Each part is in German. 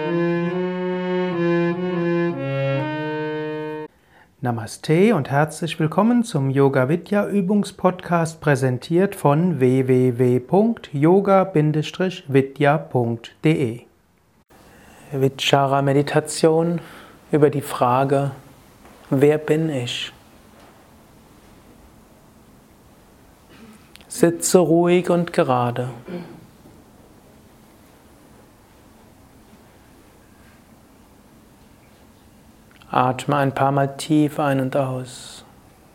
Namaste und herzlich willkommen zum Yoga Vidya Übungspodcast, präsentiert von www.yoga-vidya.de. Vichara Meditation über die Frage: Wer bin ich? Sitze ruhig und gerade. Atme ein paar Mal tief ein und aus.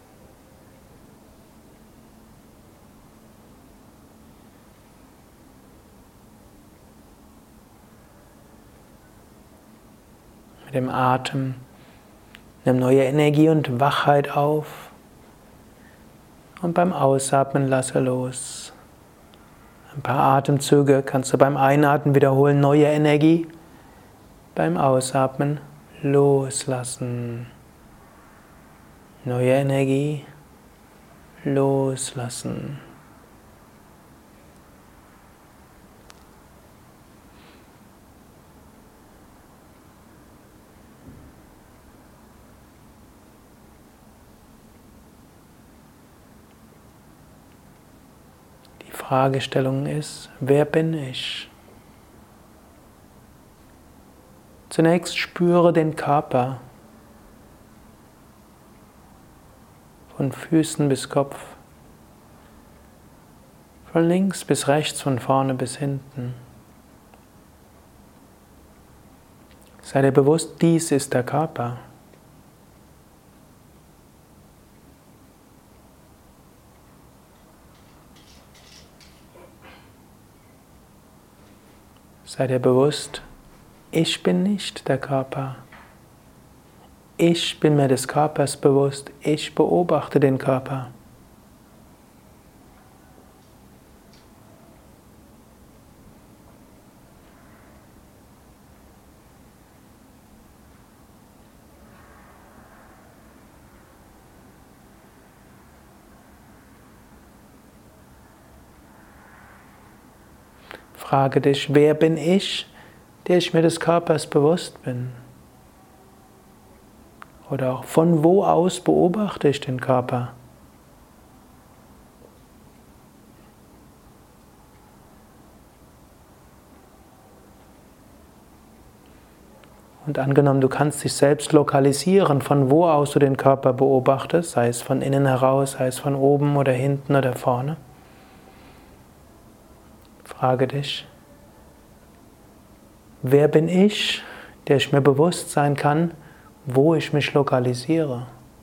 Mit dem Atem nimm neue Energie und Wachheit auf und beim Ausatmen lasse los. Ein paar Atemzüge kannst du beim Einatmen wiederholen, neue Energie, beim Ausatmen loslassen. Neue Energie, loslassen. Die Fragestellung ist: Wer bin ich? Zunächst spüre den Körper. Von Füßen bis Kopf, von links bis rechts, von vorne bis hinten. Sei dir bewusst, dies ist der Körper. Sei dir bewusst, ich bin nicht der Körper. Ich bin mir des Körpers bewusst, ich beobachte den Körper. Frage dich: Wer bin ich, der ich mir des Körpers bewusst bin? Oder auch: Von wo aus beobachte ich den Körper? Und angenommen, du kannst dich selbst lokalisieren, von wo aus du den Körper beobachtest, sei es von innen heraus, sei es von oben oder hinten oder vorne. Frage dich: Wer bin ich, der ich mir bewusst sein kann, wo ich mich lokalisiere?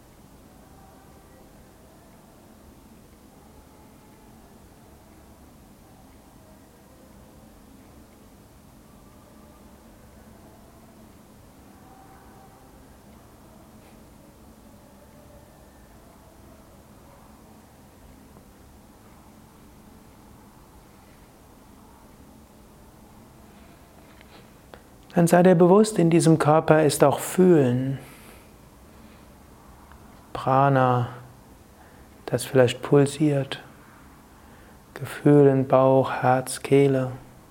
Dann sei dir bewusst, in diesem Körper ist auch Fühlen. Prana, das vielleicht pulsiert. Gefühl in Bauch, Herz, Kehle.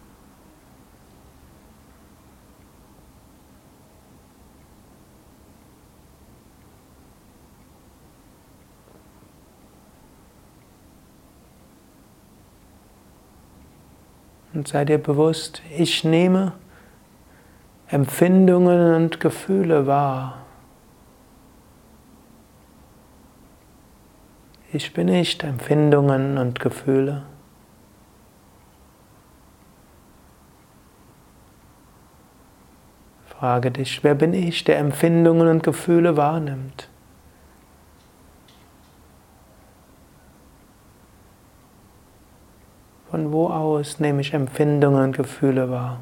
Und sei dir bewusst, ich nehme Empfindungen und Gefühle wahr. Ich bin nicht Empfindungen und Gefühle. Frage dich: Wer bin ich, der Empfindungen und Gefühle wahrnimmt? Von wo aus nehme ich Empfindungen und Gefühle wahr?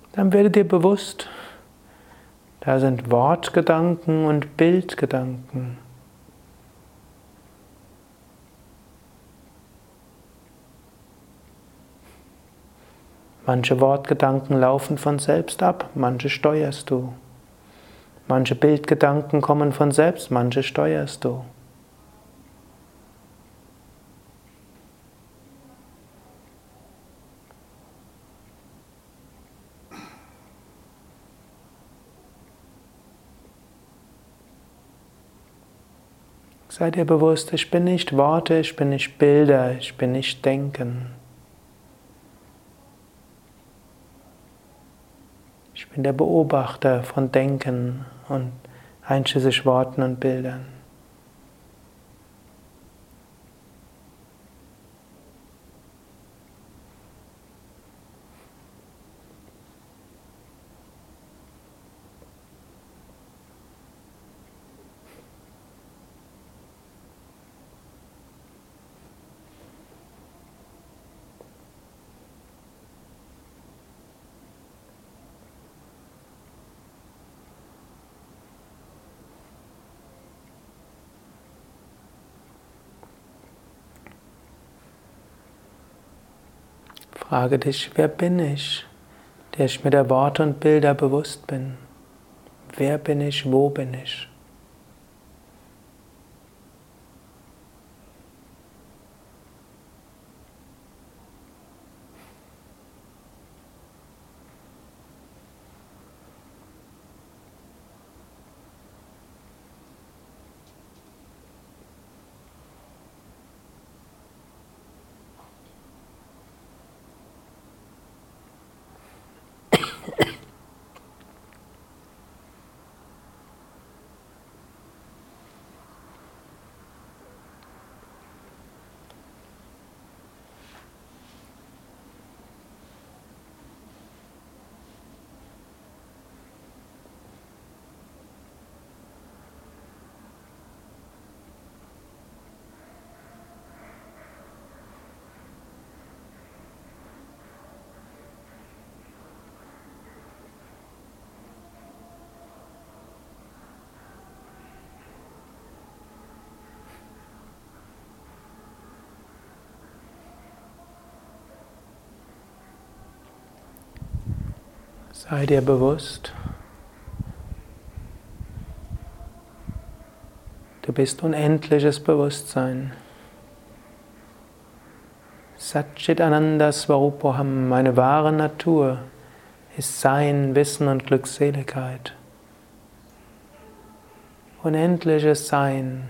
Dann werde dir bewusst, da sind Wortgedanken und Bildgedanken. Manche Wortgedanken laufen von selbst ab, manche steuerst du. Manche Bildgedanken kommen von selbst, manche steuerst du. Sei dir bewusst, ich bin nicht Worte, ich bin nicht Bilder, ich bin nicht Denken. Ich bin der Beobachter von Denken und einschließlich Worten und Bildern. Frage dich, wer bin ich, der ich mir der Worte und Bilder bewusst bin? Wer bin ich, wo bin ich? Sei dir bewusst, du bist unendliches Bewusstsein. Satchit Ananda Swarupoham, meine wahre Natur ist Sein, Wissen und Glückseligkeit. Unendliches Sein,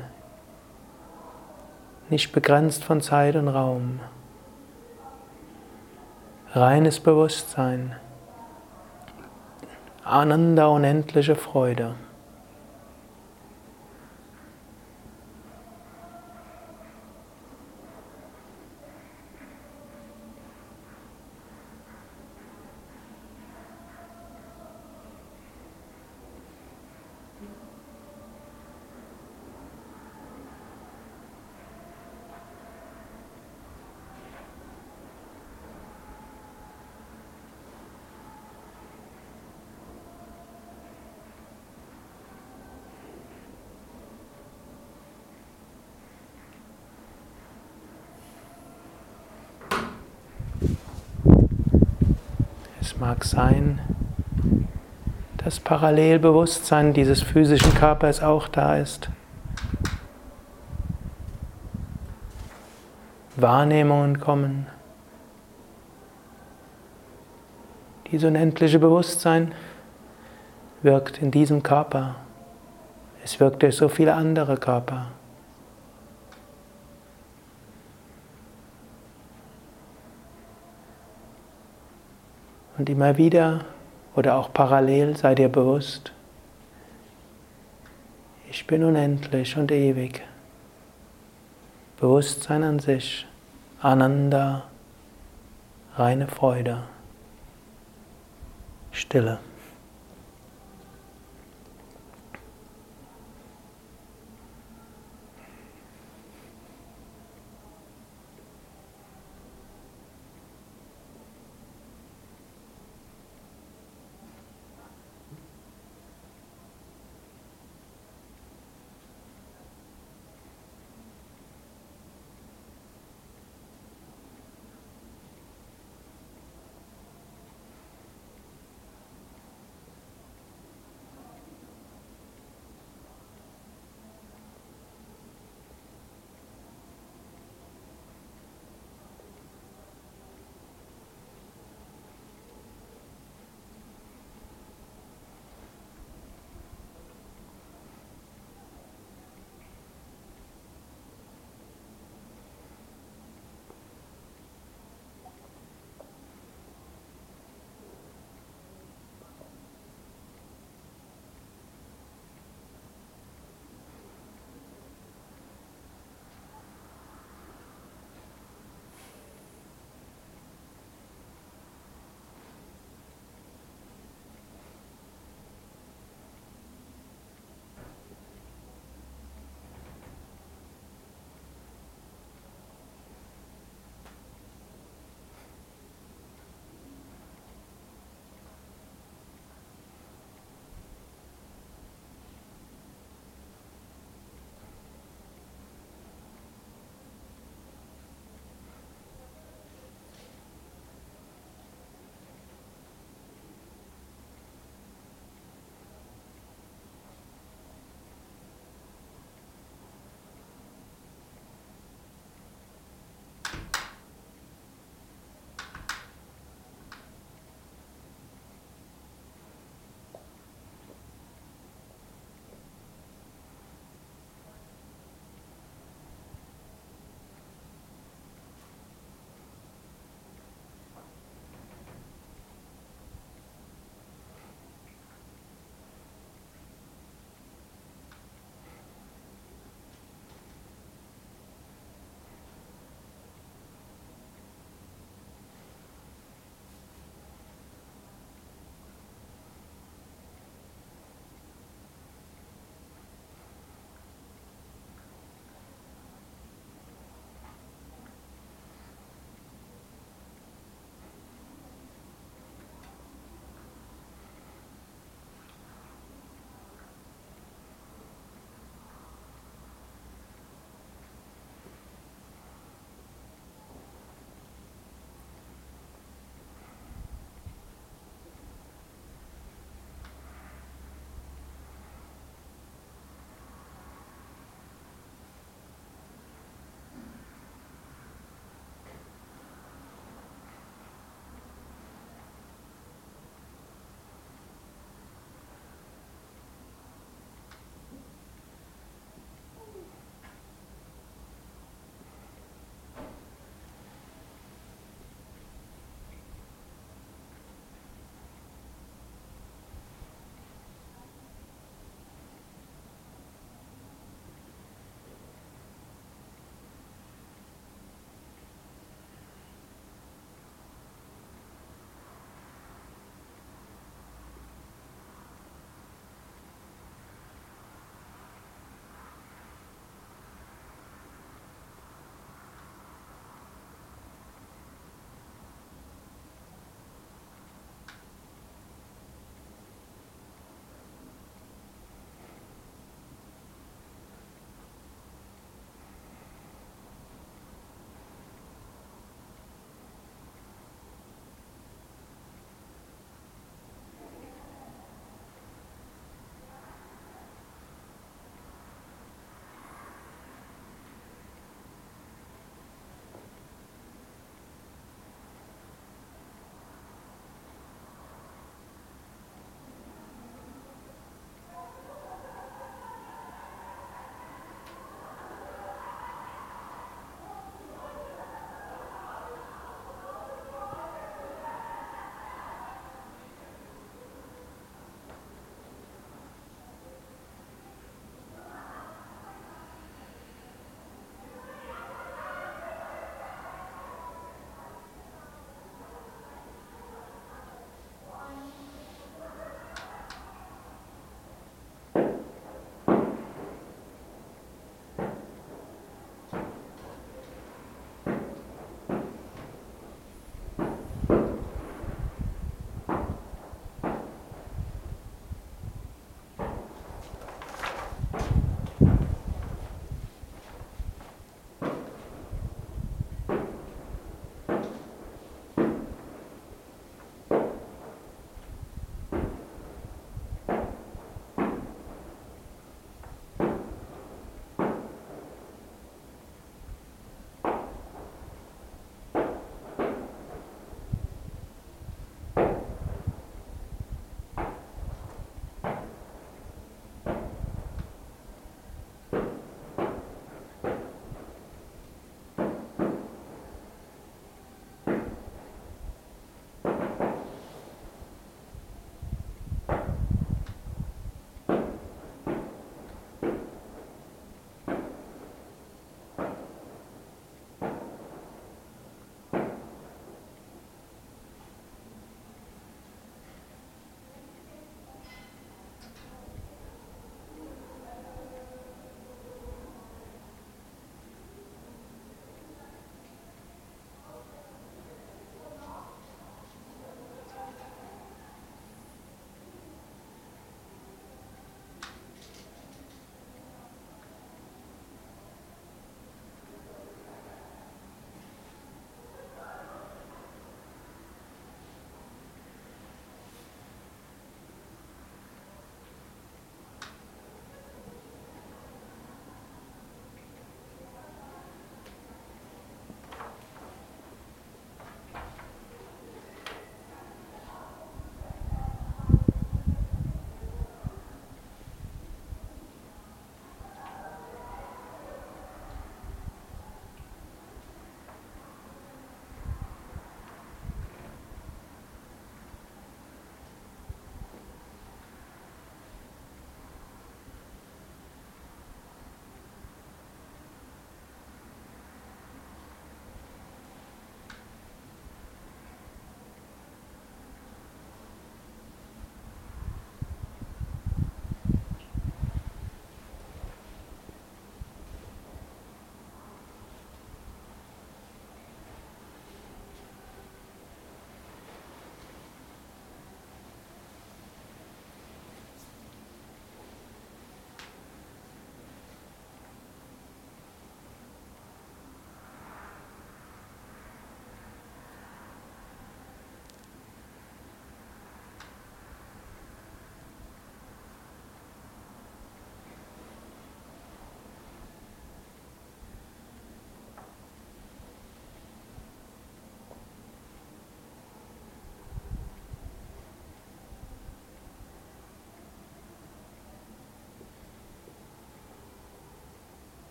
nicht begrenzt von Zeit und Raum. Reines Bewusstsein. Ananda, unendliche Freude. Es mag sein, dass Parallelbewusstsein dieses physischen Körpers auch da ist. Wahrnehmungen kommen. Dieses unendliche Bewusstsein wirkt in diesem Körper. Es wirkt durch so viele andere Körper. Und immer wieder oder auch parallel sei dir bewusst, ich bin unendlich und ewig. Bewusstsein an sich, Ananda, reine Freude, Stille.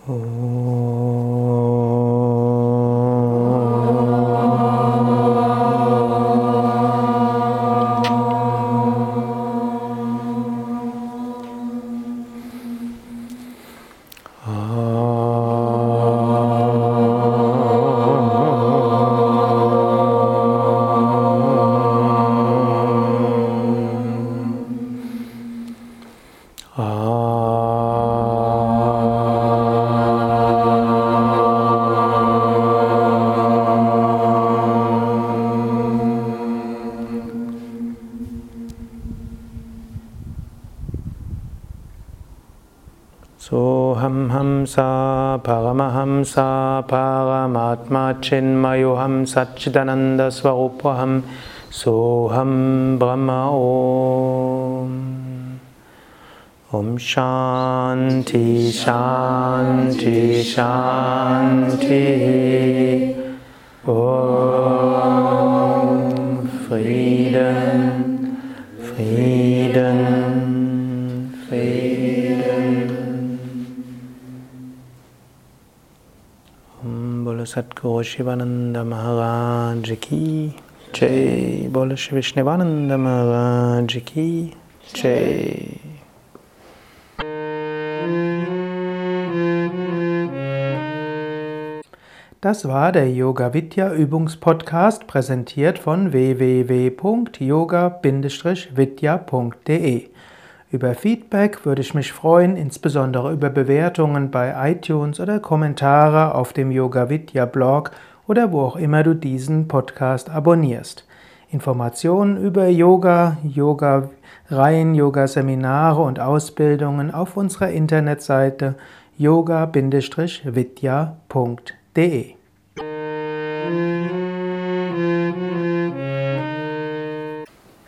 Soham Hamsa Paramahamsa Paramatma Chinmayoham Satchidananda Swarupaham Soham Brahma Om. Om Shanti Shanti Shanti. Om Frieden Frieden Frieden. Bolo Satguru Shivananda Maharaj Ki Jai. Bolo Shri Vishnevananda Maharaj Ki Jai. Das war der Yoga Vidya Übungspodcast, präsentiert von www.yoga-vidya.de. Über Feedback würde ich mich freuen, insbesondere über Bewertungen bei iTunes oder Kommentare auf dem Yoga Vidya Blog oder wo auch immer du diesen Podcast abonnierst. Informationen über Yoga, Yoga-Reihen, Yoga-Seminare und Ausbildungen auf unserer Internetseite yoga-vidya.de.